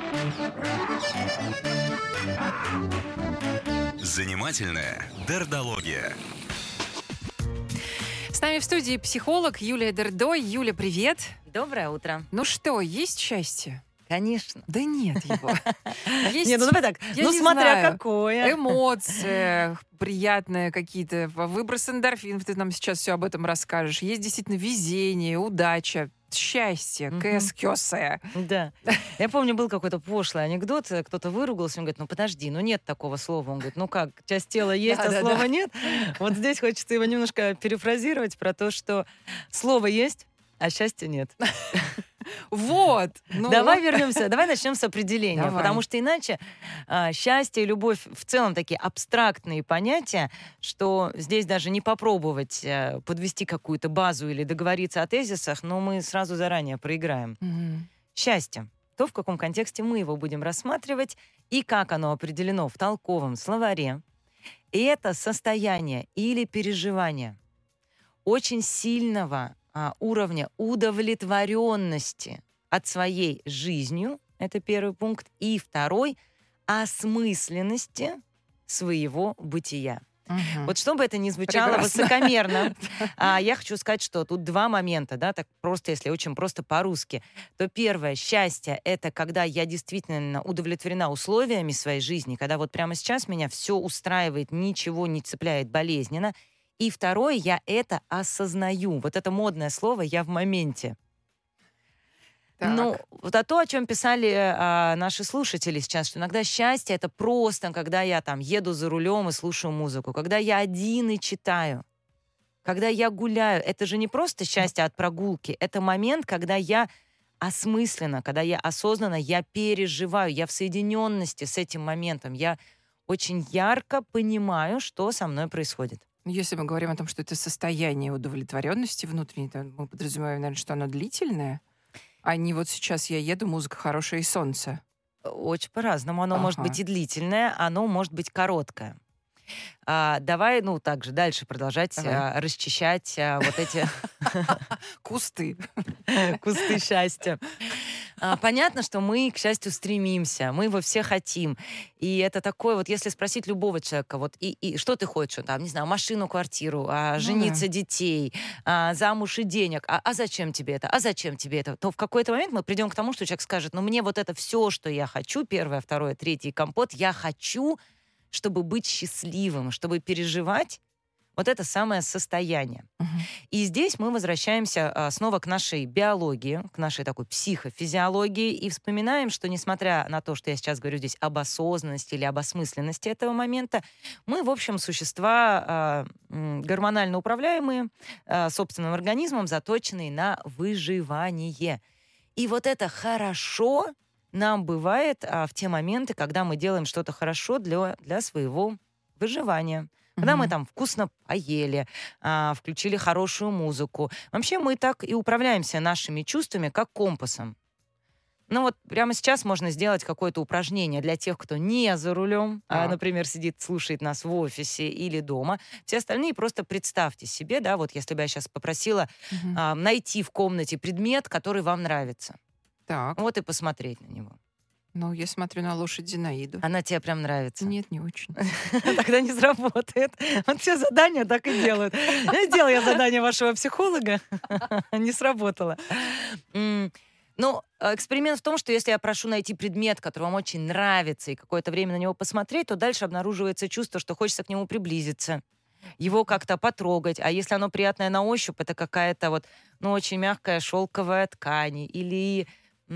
Занимательная дердология. С нами в студии психолог Юлия Дердо. Юля, привет. Доброе утро. Ну что, есть счастье? Конечно. Да нет его. Есть, Не, ну давай так, я ну не смотря знаю, какое. эмоции приятные какие-то, выброс эндорфинов, ты нам сейчас все об этом расскажешь. Есть действительно везение, удача, счастье, кэс-кёсе. Да. Я помню, был какой-то пошлый анекдот, кто-то выругался, он говорит, ну подожди, ну нет такого слова. Он говорит, ну как, часть тела есть, а Да-да-да. слова нет? Вот здесь хочется его немножко перефразировать про то, что слово есть, а счастья нет. Вот. Ну, Давай вернемся, давай начнем с определения, Давай. потому что иначе счастье и любовь в целом такие абстрактные понятия, что здесь даже не попробовать подвести какую-то базу или договориться о тезисах, но мы сразу заранее проиграем. Мгм. Счастье. То, в каком контексте мы его будем рассматривать и как оно определено в толковом словаре. И это состояние или переживание очень сильного уровня удовлетворенности от своей жизнью, это первый пункт, и второй — осмысленности своего бытия. Мгм. Вот чтобы это не звучало Прекрасно. высокомерно, я хочу сказать, что тут два момента, да, так просто, если очень просто по-русски, то первое, счастье — это когда я действительно удовлетворена условиями своей жизни, когда вот прямо сейчас меня все устраивает, ничего не цепляет болезненно. И второе, я это осознаю. Вот это модное слово «я в моменте». Ну, Так. вот то, о чем писали наши слушатели сейчас, что иногда счастье — это просто, когда я там еду за рулем и слушаю музыку, когда я один и читаю, когда я гуляю. Это же не просто счастье от прогулки, это момент, когда я осмысленно, когда я осознанно, я переживаю, я в соединенности с этим моментом, я очень ярко понимаю, что со мной происходит. Ну, если мы говорим о том, что это состояние удовлетворенности внутренней, то мы подразумеваем, наверное, что оно длительное, а не вот сейчас я еду, музыка хорошая и солнце. Очень по-разному. Оно может Ага. быть и длительное, оно может быть короткое. Давай, ну, также дальше продолжать Давай. расчищать вот эти Кусты. кусты счастья. Понятно, что мы к счастью стремимся, мы его все хотим. И это такое вот, если спросить любого человека, вот и что ты хочешь, там, не знаю, машину, квартиру, жениться, детей, замуж и денег, а зачем тебе это, а зачем тебе это, то в какой-то момент мы придем к тому, что человек скажет, ну мне вот это все, что я хочу, первое, второе, третье, компот, я хочу, чтобы быть счастливым, чтобы переживать вот это самое состояние. Мгм. И здесь мы возвращаемся снова к нашей биологии, к нашей такой психофизиологии и вспоминаем, что несмотря на то, что я сейчас говорю здесь об осознанности или об осмысленности этого момента, мы, в общем, существа гормонально управляемые, собственным организмом, заточенные на выживание. И вот это хорошо нам бывает в те моменты, когда мы делаем что-то хорошо для своего выживания. Когда мы Мгм. там вкусно поели, включили хорошую музыку. Вообще мы так и управляемся нашими чувствами, как компасом. Ну вот прямо сейчас можно сделать какое-то упражнение для тех, кто не за рулем, Так. например, сидит, слушает нас в офисе или дома. Все остальные просто представьте себе, да, вот если бы я сейчас попросила Мгм. найти в комнате предмет, который вам нравится. Так. Вот и посмотреть на него. Ну, я смотрю на лошадь Зинаиду. Она тебе прям нравится. Нет, не очень. Тогда не сработает. Вот все задания так и делают. Сделал я задание вашего психолога, не сработало. Ну, эксперимент в том, что если я прошу найти предмет, который вам очень нравится, и какое-то время на него посмотреть, то дальше обнаруживается чувство, что хочется к нему приблизиться, его как-то потрогать. А если оно приятное на ощупь, это какая-то вот, ну, очень мягкая шелковая ткань или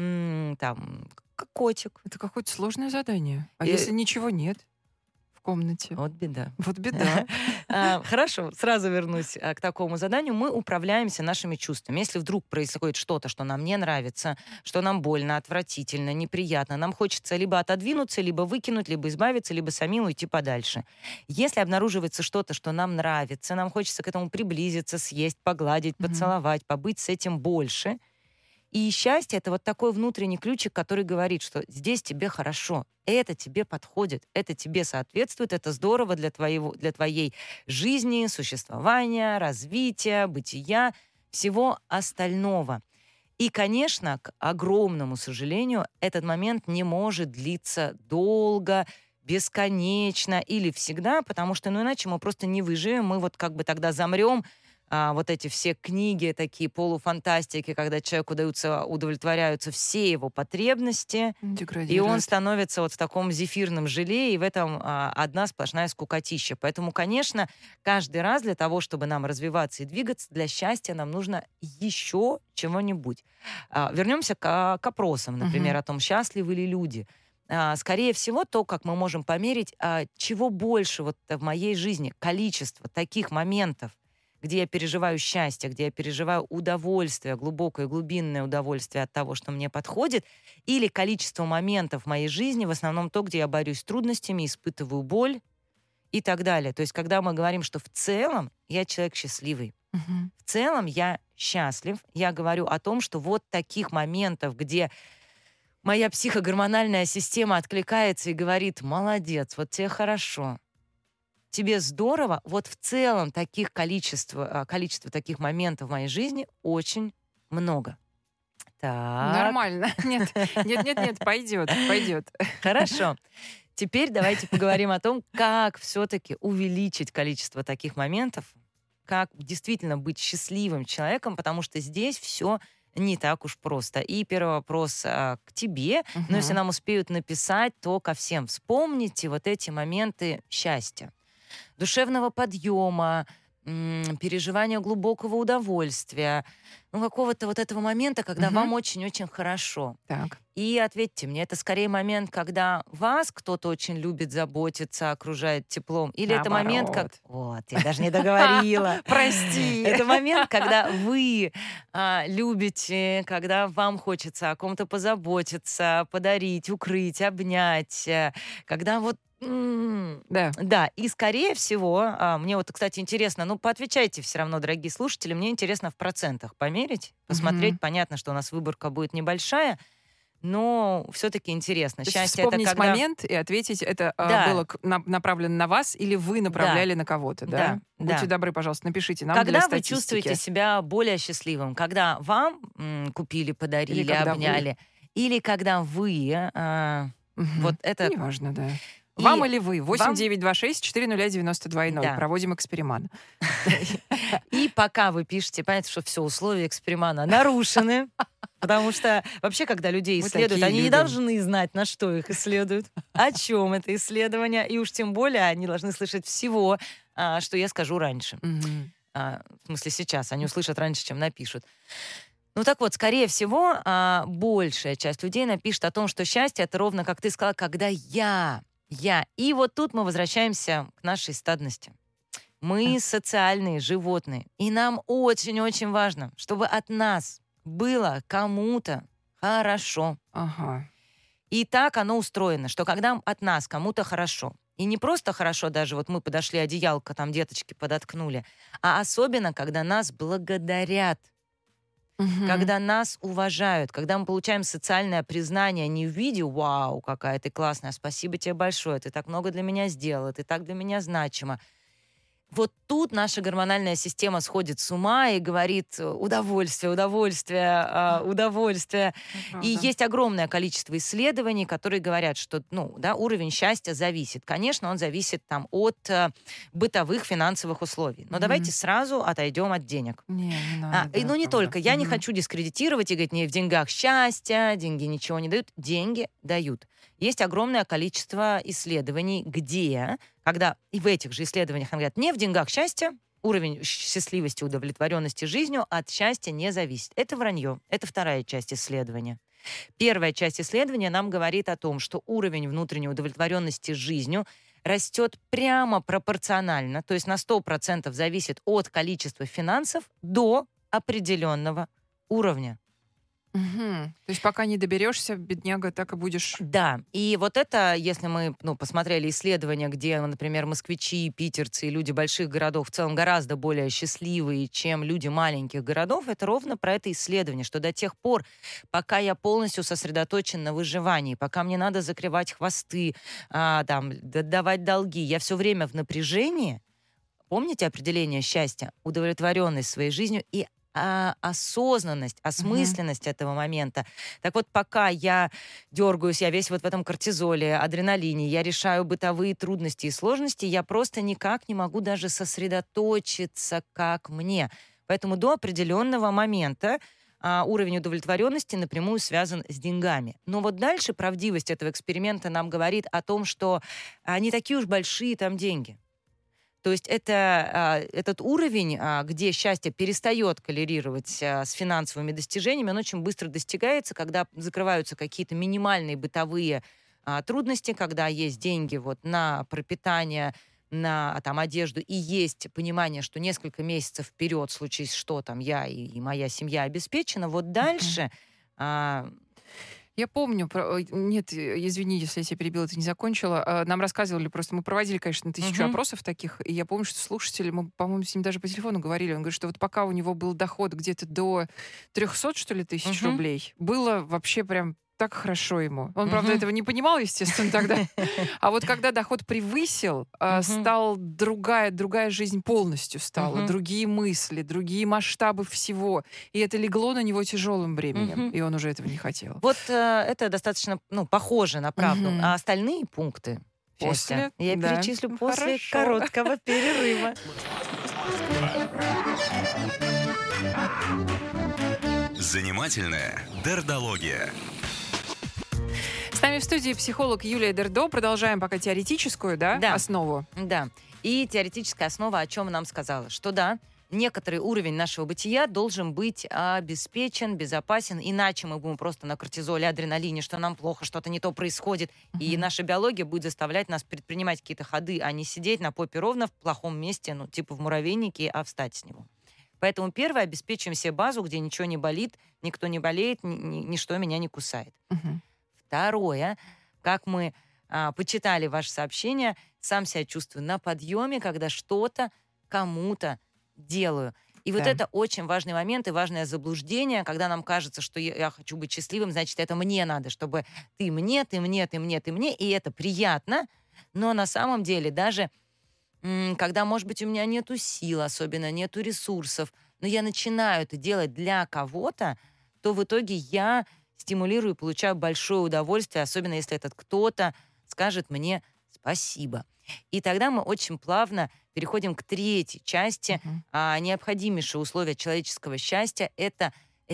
там как котик. Это какое-то сложное задание. А И- если ничего нет в комнате? Вот беда. Вот беда. Хорошо, сразу вернусь к такому заданию. Мы управляемся нашими чувствами. Если вдруг происходит что-то, что нам не нравится, что нам больно, отвратительно, неприятно, нам хочется либо отодвинуться, либо выкинуть, либо избавиться, либо самим уйти подальше. Если обнаруживается что-то, что нам нравится, нам хочется к этому приблизиться, съесть, погладить, Мгм. поцеловать, побыть с этим больше. И счастье — это вот такой внутренний ключик, который говорит, что здесь тебе хорошо, это тебе подходит, это тебе соответствует, это здорово для твоей жизни, существования, развития, бытия, всего остального. И, конечно, к огромному сожалению, этот момент не может длиться долго, бесконечно или всегда, потому что, ну, иначе мы просто не выживем, мы вот как бы тогда замрем. Вот эти все книги, такие полуфантастики, когда человеку удовлетворяются все его потребности, и он Деградирует. становится вот в таком зефирном желе, и в этом одна сплошная скукотища. Поэтому, конечно, каждый раз для того, чтобы нам развиваться и двигаться, для счастья нам нужно еще чего-нибудь. Вернемся к опросам, например, Мгм. о том, счастливы ли люди. Скорее всего, то, как мы можем померить, чего больше вот в моей жизни, количество таких моментов, где я переживаю счастье, где я переживаю удовольствие, глубокое глубинное удовольствие от того, что мне подходит, или количество моментов в моей жизни, в основном то, где я борюсь с трудностями, испытываю боль и так далее. То есть, когда мы говорим, что в целом я человек счастливый, Мгм. в целом я счастлив, я говорю о том, что вот таких моментов, где моя психогормональная система откликается и говорит: молодец, вот тебе хорошо, тебе здорово. Вот в целом количество таких моментов в моей жизни очень много. Так, Нормально. Нет, нет, нет, нет, пойдет, пойдет. хорошо. Теперь давайте поговорим о том, как все-таки увеличить количество таких моментов, как действительно быть счастливым человеком, потому что здесь все не так уж просто. И первый вопрос к тебе, но если Мгм. нам успеют написать, то ко всем. Вспомните вот эти моменты счастья, душевного подъема, переживания глубокого удовольствия, ну, какого-то вот этого момента, когда Мгм. вам очень-очень хорошо. Так. И ответьте мне, это скорее момент, когда вас кто-то очень любит, заботиться, окружает теплом, или это момент, как... Наоборот. Вот, я даже не договорила. Прости. Это момент, когда вы любите, когда вам хочется о ком-то позаботиться, подарить, укрыть, обнять, когда вот Да. да, и скорее всего, мне вот, кстати, интересно, ну, поотвечайте все равно, дорогие слушатели, мне интересно в процентах померить, посмотреть. Мгм. Понятно, что у нас выборка будет небольшая, но все-таки интересно. То есть Счастье — это вспомнить когда... момент и ответить, это Да, было направлено на вас или вы да, направляли на кого-то, да? да, Будьте да. добры, пожалуйста, напишите нам для Когда вы чувствуете статистики. себя более счастливым? Когда вам купили, Или подарили, когда вы. обняли? Или когда вы... вот Мгм. это... Неважно, да. Вам И или вы? вам... 8 9 2 6 4 0 92 0. Да. Проводим эксперимент. И пока вы пишете, понятно, что все условия эксперимента нарушены, потому что вообще, когда людей Мы исследуют, такие они не любим. должны знать, на что их исследуют, о чем это исследование, и уж тем более они должны слышать всего, что я скажу раньше. Мгм. В смысле сейчас, они услышат раньше, чем напишут. Ну так вот, скорее всего, большая часть людей напишет о том, что счастье — это ровно, как ты сказала, когда я. И вот тут мы возвращаемся к нашей стадности. Мы Так. социальные животные, и нам очень-очень важно, чтобы от нас было кому-то хорошо. Ага. И так оно устроено, что когда от нас кому-то хорошо, и не просто хорошо даже, вот мы подошли, одеялко там деточки подоткнули, а особенно, когда нас благодарят, Мгм. когда нас уважают, когда мы получаем социальное признание не в виде «Вау, какая ты классная, спасибо тебе большое, ты так много для меня сделала, ты так для меня значима». Вот тут наша гормональная система сходит с ума и говорит удовольствие, удовольствие, удовольствие. Это И правда. есть огромное количество исследований, которые говорят, что ну, да, уровень счастья зависит. Конечно, он зависит там, от бытовых финансовых условий. Но давайте Мгм. сразу отойдем от денег. Не надо, И, да, ну, не правда. только. Я не Мгм. хочу дискредитировать и говорить, не в деньгах счастье, деньги ничего не дают. Деньги дают. Есть огромное количество исследований, где, когда и в этих же исследованиях говорят, не в деньгах счастье, уровень счастливости, удовлетворенности жизнью от счастья не зависит. Это вранье. Это вторая часть исследования. Первая часть исследования нам говорит о том, что уровень внутренней удовлетворенности жизнью растет прямо пропорционально, то есть на 100% зависит от количества финансов до определенного уровня. Мгм. То есть пока не доберешься, бедняга, так и будешь. Да, и вот это, если мы посмотрели исследования, где, например, москвичи, питерцы и люди больших городов в целом гораздо более счастливые, чем люди маленьких городов, это ровно про это исследование, что до тех пор, пока я полностью сосредоточен на выживании, пока мне надо закрывать хвосты, давать долги, я все время в напряжении. Помните определение счастья? Удовлетворенность своей жизнью и осознанность, осмысленность этого момента. Так вот, пока я дергаюсь, я весь вот в этом кортизоле, адреналине, я решаю бытовые трудности и сложности, я просто никак не могу даже сосредоточиться, как мне. Поэтому до определенного момента уровень удовлетворенности напрямую связан с деньгами. Но вот дальше правдивость этого эксперимента нам говорит о том, что не такие уж большие там деньги. То есть этот уровень, где счастье перестает коррелировать с финансовыми достижениями, он очень быстро достигается, когда закрываются какие-то минимальные бытовые трудности, когда есть деньги вот на пропитание, на там, одежду, и есть понимание, что несколько месяцев вперед, случись что, там я и моя семья обеспечена, вот дальше... Я помню, нет, извини, если я тебя перебила, ты не закончила. Нам рассказывали, просто мы проводили, конечно, 1000 опросов таких, и я помню, что слушатели, мы, по-моему, с ним даже по телефону говорили, он говорит, что вот пока у него был доход где-то до 300, что ли, тысяч рублей, было вообще прям так хорошо ему. Он, правда, этого не понимал, естественно, тогда. А вот когда доход превысил, стал другая жизнь полностью стала, другие мысли, другие масштабы всего. И это легло на него тяжелым бременем, и он уже этого не хотел. Вот это достаточно, похоже на правду. А остальные пункты счастья я перечислю после короткого перерыва. Занимательная дердология. С нами в студии психолог Юлия Дердо. Продолжаем пока теоретическую, основу. Да. И теоретическая основа о чем нам сказала? Что да, некоторый уровень нашего бытия должен быть обеспечен, безопасен, иначе мы будем просто на кортизоле, адреналине, что нам плохо, что-то не то происходит, и наша биология будет заставлять нас предпринимать какие-то ходы, а не сидеть на попе ровно в плохом месте, типа в муравейнике, а встать с него. Поэтому первое, обеспечим себе базу, где ничего не болит, никто не болеет, ничто меня не кусает. Второе, как мы почитали ваше сообщение, сам себя чувствую на подъеме, когда что-то кому-то делаю. И вот это очень важный момент и важное заблуждение, когда нам кажется, что я хочу быть счастливым, значит, это мне надо, чтобы ты мне, и это приятно. Но на самом деле даже когда, может быть, у меня нету сил, особенно нету ресурсов, но я начинаю это делать для кого-то, то в итоге я стимулирую и получаю большое удовольствие, особенно если этот кто-то скажет мне спасибо. И тогда мы очень плавно переходим к третьей части. Необходимейшее условие человеческого счастья — это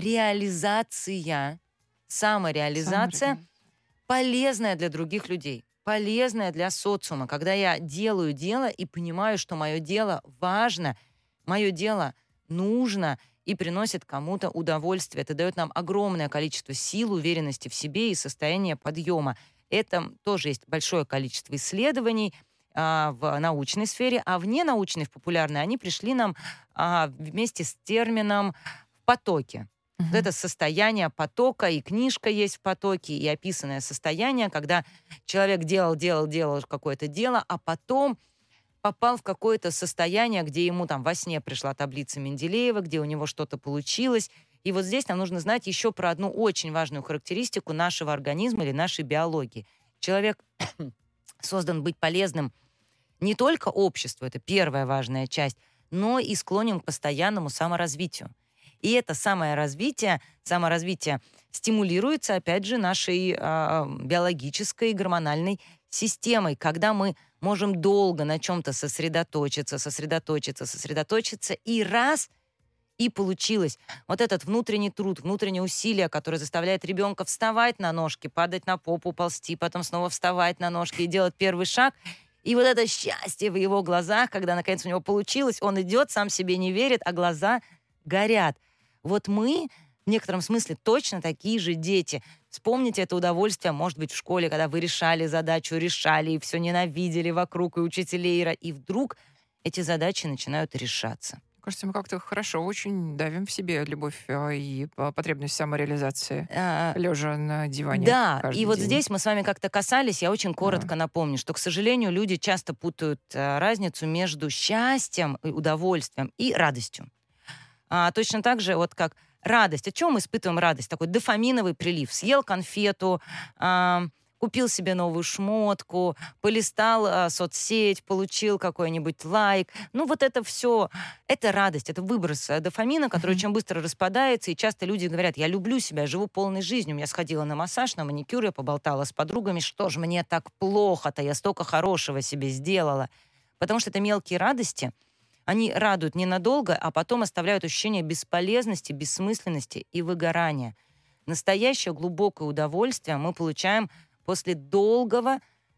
реализация, самореализация, полезная для других людей, полезная для социума. Когда я делаю дело и понимаю, что мое дело важно, мое дело нужно и приносит кому-то удовольствие. Это дает нам огромное количество сил, уверенности в себе и состояния подъема. Это тоже есть большое количество исследований в научной сфере, а в ненаучной, в популярной, они пришли нам вместе с термином «в потоке». Вот это состояние потока, и книжка есть в потоке, и описанное состояние, когда человек делал какое-то дело, а потом попал в какое-то состояние, где ему там во сне пришла таблица Менделеева, где у него что-то получилось. И вот здесь нам нужно знать еще про одну очень важную характеристику нашего организма или нашей биологии. Человек создан быть полезным не только обществу, это первая важная часть, но и склонен к постоянному саморазвитию. И это саморазвитие стимулируется, опять же, нашей биологической и гормональной системой, когда мы можем долго на чем-то сосредоточиться, и получилось. Вот этот внутренний труд, внутреннее усилие, которое заставляет ребенка вставать на ножки, падать на попу, ползти, потом снова вставать на ножки и делать первый шаг. И вот это счастье в его глазах, когда наконец у него получилось, он идет, сам себе не верит, а глаза горят. Вот мы в некотором смысле точно такие же дети. Вспомните это удовольствие, может быть, в школе, когда вы решали задачу, и все ненавидели вокруг, и учителей, и вдруг эти задачи начинают решаться. Кажется, мы как-то хорошо очень давим в себе любовь и потребность самореализации, лежа на диване. Да, и вот день. здесь мы с вами как-то касались, я очень коротко напомню, что, к сожалению, люди часто путают разницу между счастьем и удовольствием и радостью. Точно так же, вот как радость. От чего мы испытываем радость? Такой дофаминовый прилив. Съел конфету, купил себе новую шмотку, полистал соцсеть, получил какой-нибудь лайк. Ну, вот это все, это радость, это выброс дофамина, который Мгм. очень быстро распадается, и часто люди говорят, я люблю себя, живу полной жизнью. Я сходила на массаж, на маникюр, я поболтала с подругами, что ж мне так плохо-то, я столько хорошего себе сделала. Потому что это мелкие радости, они радуют ненадолго, а потом оставляют ощущение бесполезности, бессмысленности и выгорания. Настоящее глубокое удовольствие мы получаем после долгого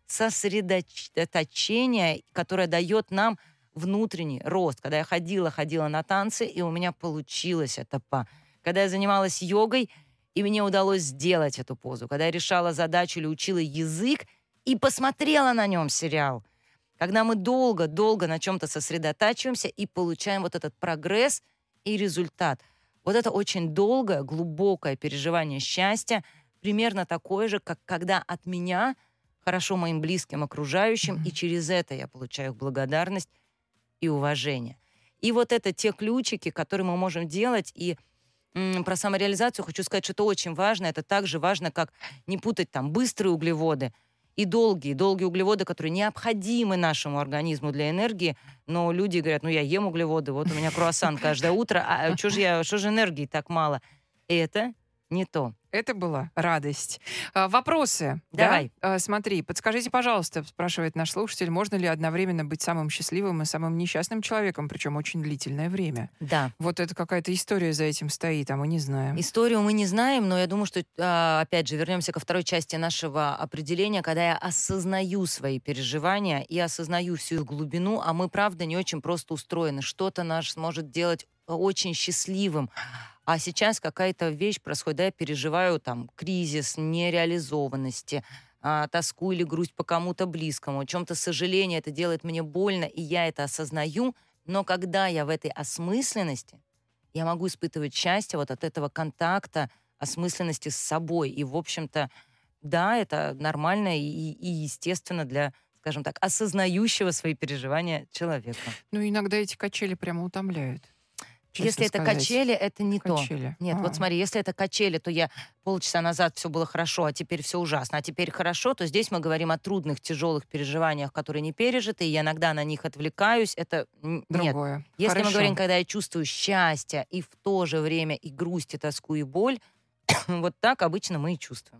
сосредоточения, которое дает нам внутренний рост. Когда я ходила на танцы, и у меня получилось это. Когда я занималась йогой, и мне удалось сделать эту позу. Когда я решала задачу или учила язык, и посмотрела на нем сериал. Когда мы долго-долго на чем-то сосредотачиваемся и получаем вот этот прогресс и результат. Вот это очень долгое, глубокое переживание счастья, примерно такое же, как когда от меня хорошо моим близким, окружающим, и Мгм. через это я получаю их благодарность и уважение. И вот это те ключики, которые мы можем делать. И про самореализацию хочу сказать, что это очень важно. Это так же важно, как не путать там быстрые углеводы и долгие углеводы, которые необходимы нашему организму для энергии. Но люди говорят, ну я ем углеводы, вот у меня круассан каждое утро, а что же энергии так мало? Это не то. Это была радость. Вопросы, да? Давай. Смотри, подскажите, пожалуйста, спрашивает наш слушатель, можно ли одновременно быть самым счастливым и самым несчастным человеком, причем очень длительное время? Да. Вот это какая-то история за этим стоит, а мы не знаем. Историю мы не знаем, но я думаю, что, опять же, вернемся ко второй части нашего определения, когда я осознаю свои переживания и осознаю всю их глубину, а мы, правда, не очень просто устроены. Что-то нас может делать очень счастливым. А сейчас какая-то вещь происходит, да, я переживаю там кризис, нереализованности, тоску или грусть по кому-то близкому, о чем-то сожаление, это делает мне больно, и я это осознаю, но когда я в этой осмысленности, я могу испытывать счастье вот от этого контакта, осмысленности с собой. И, в общем-то, да, это нормально и естественно для, скажем так, осознающего свои переживания человека. Ну, иногда эти качели прямо утомляют, честно Если это сказать. качели, это не то. Качели. Нет, вот смотри, если это качели, то я полчаса назад все было хорошо, а теперь все ужасно, а теперь хорошо, то здесь мы говорим о трудных, тяжелых переживаниях, которые не пережиты, и я иногда на них отвлекаюсь. Это нет. Другое. Если мы Хорошо. говорим, когда я чувствую счастье и в то же время и грусть, и тоску, и боль, вот так обычно мы и чувствуем.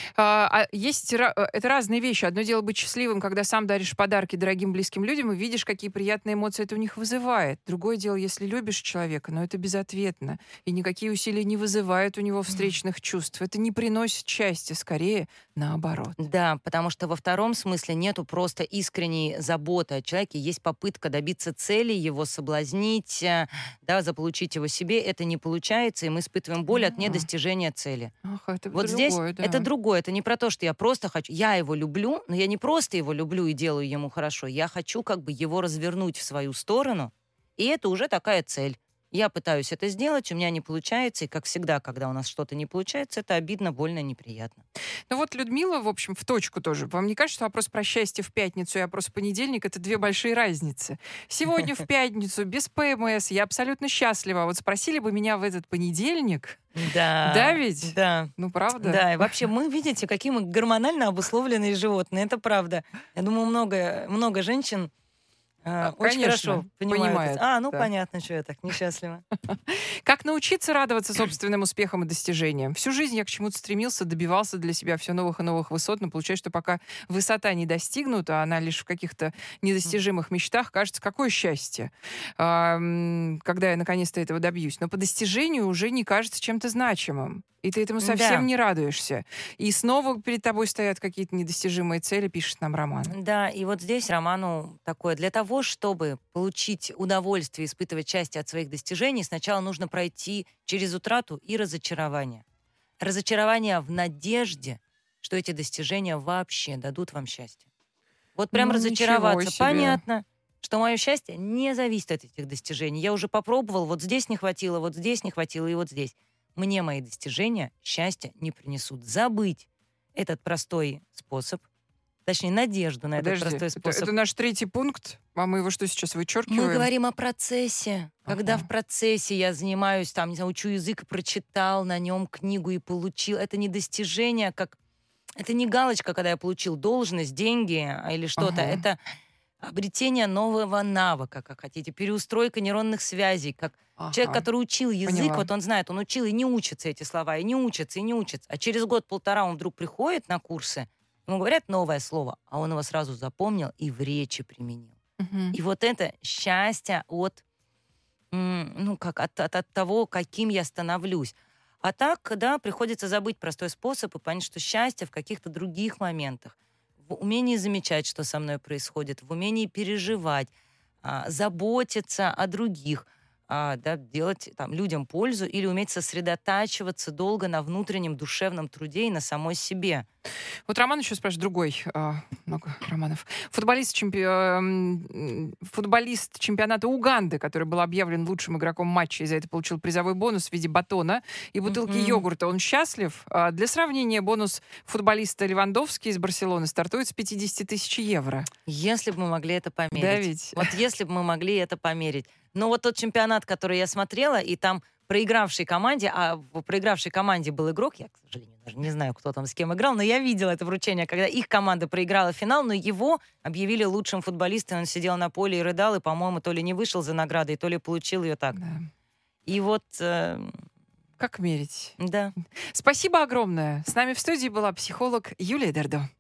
Это разные вещи. Одно дело быть счастливым, когда сам даришь подарки дорогим близким людям и видишь, какие приятные эмоции это у них вызывает. Другое дело, если любишь человека, но это безответно. И никакие усилия не вызывают у него встречных чувств. Это не приносит счастья, скорее наоборот. Да, потому что во втором смысле нету просто искренней заботы о человеке, есть попытка добиться цели, его соблазнить, да, заполучить его себе. Это не получается, и мы испытываем боль от недостижения цели. Ах, это Вот здесь другое, да. это другое, это не про то, что я просто хочу, я его люблю, но я не просто его люблю и делаю ему хорошо, я хочу как бы его развернуть в свою сторону, и это уже такая цель. Я пытаюсь это сделать, у меня не получается, и как всегда, когда у нас что-то не получается, это обидно, больно, неприятно. Ну вот Людмила, в общем, в точку тоже. Вам не кажется, что вопрос про счастье в пятницу и вопрос в понедельник — это две большие разницы? Сегодня в пятницу, без ПМС, я абсолютно счастлива. Вот спросили бы меня в этот понедельник, Да. да ведь? Да. Ну, правда? Да, и вообще мы, видите, какие мы гормонально обусловленные животные, это правда. Я думаю, много женщин очень Конечно, хорошо понимают. понимают, Ну да. понятно, что я так несчастлива. Как научиться радоваться собственным успехам и достижениям? Всю жизнь я к чему-то стремился, добивался для себя все новых и новых высот, но получается, что пока высота не достигнута, она лишь в каких-то недостижимых мечтах, кажется, какое счастье, когда я наконец-то этого добьюсь. Но по достижению уже не кажется чем-то значимым. И ты этому совсем Да. не радуешься. И снова перед тобой стоят какие-то недостижимые цели, пишет нам Роман. Да, и вот здесь Роману такое. Для того, чтобы получить удовольствие, испытывать счастье от своих достижений, сначала нужно пройти через утрату и разочарование. Разочарование в надежде, что эти достижения вообще дадут вам счастье. Вот прям Ну, разочароваться. ничего себе. Понятно, что мое счастье не зависит от этих достижений. Я уже попробовал, вот здесь не хватило, вот здесь не хватило и вот здесь. Мне мои достижения счастья не принесут. Забыть этот простой способ, точнее, надежду на этот Подожди, простой способ. это наш третий пункт, а мы его что сейчас вычеркиваем? Мы говорим о процессе. Когда Ага. в процессе я занимаюсь, там, не знаю, учу язык, прочитал на нем книгу и получил. Это не достижение, как Это не галочка, когда я получил должность, деньги или что-то. Ага. Это обретение нового навыка, как хотите, переустройка нейронных связей, как человек, Ага. который учил язык, Поняла. вот он знает, он учил и не учится эти слова, и не учится, и не учится. А через год-полтора он вдруг приходит на курсы, ему говорят новое слово, а он его сразу запомнил и в речи применил. Мгм. И вот это счастье от, ну, как от того, каким я становлюсь. А так, да, приходится забыть простой способ и понять, что счастье в каких-то других моментах, в умении замечать, что со мной происходит, в умении переживать, заботиться о других, да, делать там, людям пользу или уметь сосредотачиваться долго на внутреннем душевном труде и на самой себе. Вот Роман еще спрашивает другой, много романов. Футболист чемпионата Уганды, который был объявлен лучшим игроком матча и за это получил призовой бонус в виде батона и бутылки Мгм. йогурта. Он счастлив? Для сравнения, бонус футболиста Левандовски из Барселоны стартует с 50 тысяч евро. Если бы мы могли это Да померить. ведь? Вот если бы мы могли это померить. Но вот тот чемпионат, который я смотрела, и там проигравшей команде, а в проигравшей команде был игрок, я, к сожалению, даже не знаю, кто там с кем играл, но я видела это вручение, когда их команда проиграла финал, но его объявили лучшим футболистом, он сидел на поле и рыдал, и, по-моему, то ли не вышел за наградой, то ли получил ее так. Да. И вот, Как мерить? да. Спасибо огромное. С нами в студии была психолог Юлия Дердо.